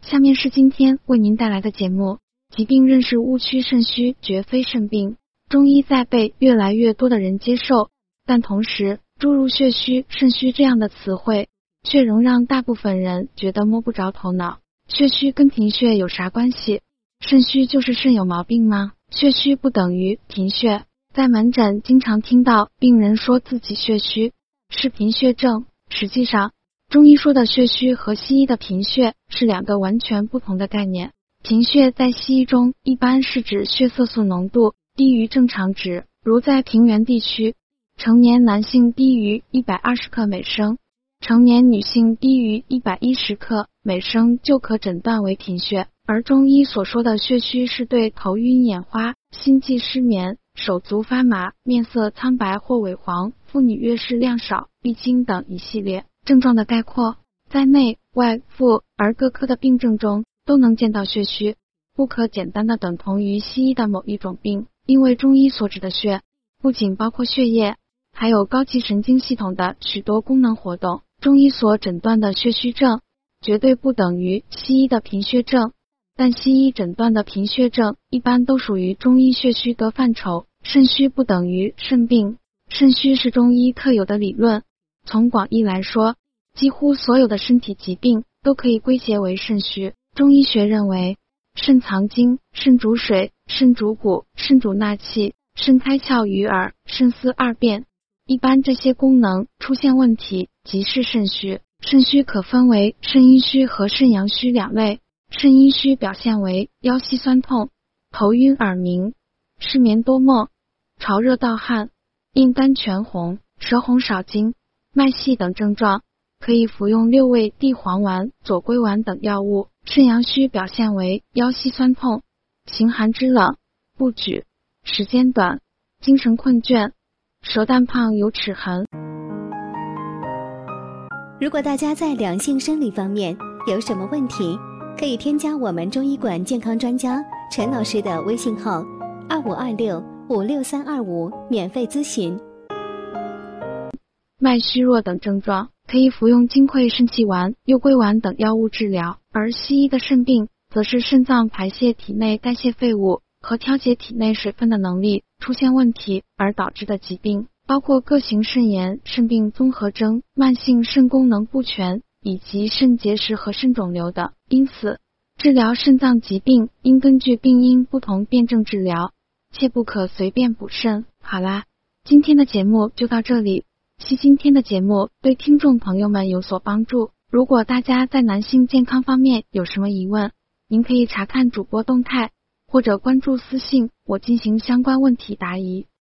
下面是今天为您带来的节目，疾病认识误区，肾虚绝非肾病。中医在被越来越多的人接受，但同时诸如血虚、肾虚这样的词汇却仍让大部分人觉得摸不着头脑。血虚跟贫血有啥关系？肾虚就是肾有毛病吗？血虚不等于贫血。在门诊经常听到病人说自己血虚是贫血症，实际上中医说的血虚和西医的贫血是两个完全不同的概念。贫血在西医中一般是指血色素浓度低于正常值，如在平原地区，成年男性低于120克每升，成年女性低于110克每升就可诊断为贫血。而中医所说的血虚是对头晕眼花、心悸失眠、手足发麻、面色苍白或萎黄、妇女月事量少、闭经等一系列症状的概括，在内外妇儿各科的病症中都能见到血虚，不可简单的等同于西医的某一种病，因为中医所指的血不仅包括血液，还有高级神经系统的许多功能活动。中医所诊断的血虚症绝对不等于西医的贫血症，但西医诊断的贫血症一般都属于中医血虚的范畴。肾虚不等于肾病，肾虚是中医特有的理论。从广义来说，几乎所有的身体疾病都可以归结为肾虚。中医学认为，肾藏精，肾主水，肾主骨，肾主纳气，肾开窍于耳，肾司二便。一般这些功能出现问题，即是肾虚。肾虚可分为肾阴虚和肾阳虚两类。肾阴虚表现为腰膝酸痛、头晕耳鸣、失眠多梦、潮热盗汗、印干全红、舌红少津、脉细等症状，可以服用六味地黄丸、左归丸等药物。肾阳虚表现为腰膝酸痛、形寒肢冷、不举、时间短、精神困倦、舌淡胖有齿痕。 如果大家在两性生理方面有什么问题，可以添加我们中医馆健康专家陈老师的微信号2526-56325免费咨询。 脉虚弱等症状可以服用金匮肾气丸、右归丸等药物治疗，而西医的肾病则是肾脏排泄体内代谢废物和调节体内水分的能力出现问题而导致的疾病，包括各型肾炎、肾病综合征、慢性肾功能不全以及肾结石和肾肿瘤等。因此，治疗肾脏疾病应根据病因不同辩证治疗，切不可随便补肾。好啦，今天的节目就到这里。希今天的节目对听众朋友们有所帮助。如果大家在男性健康方面有什么疑问，您可以查看主播动态，或者关注私信我进行相关问题答疑。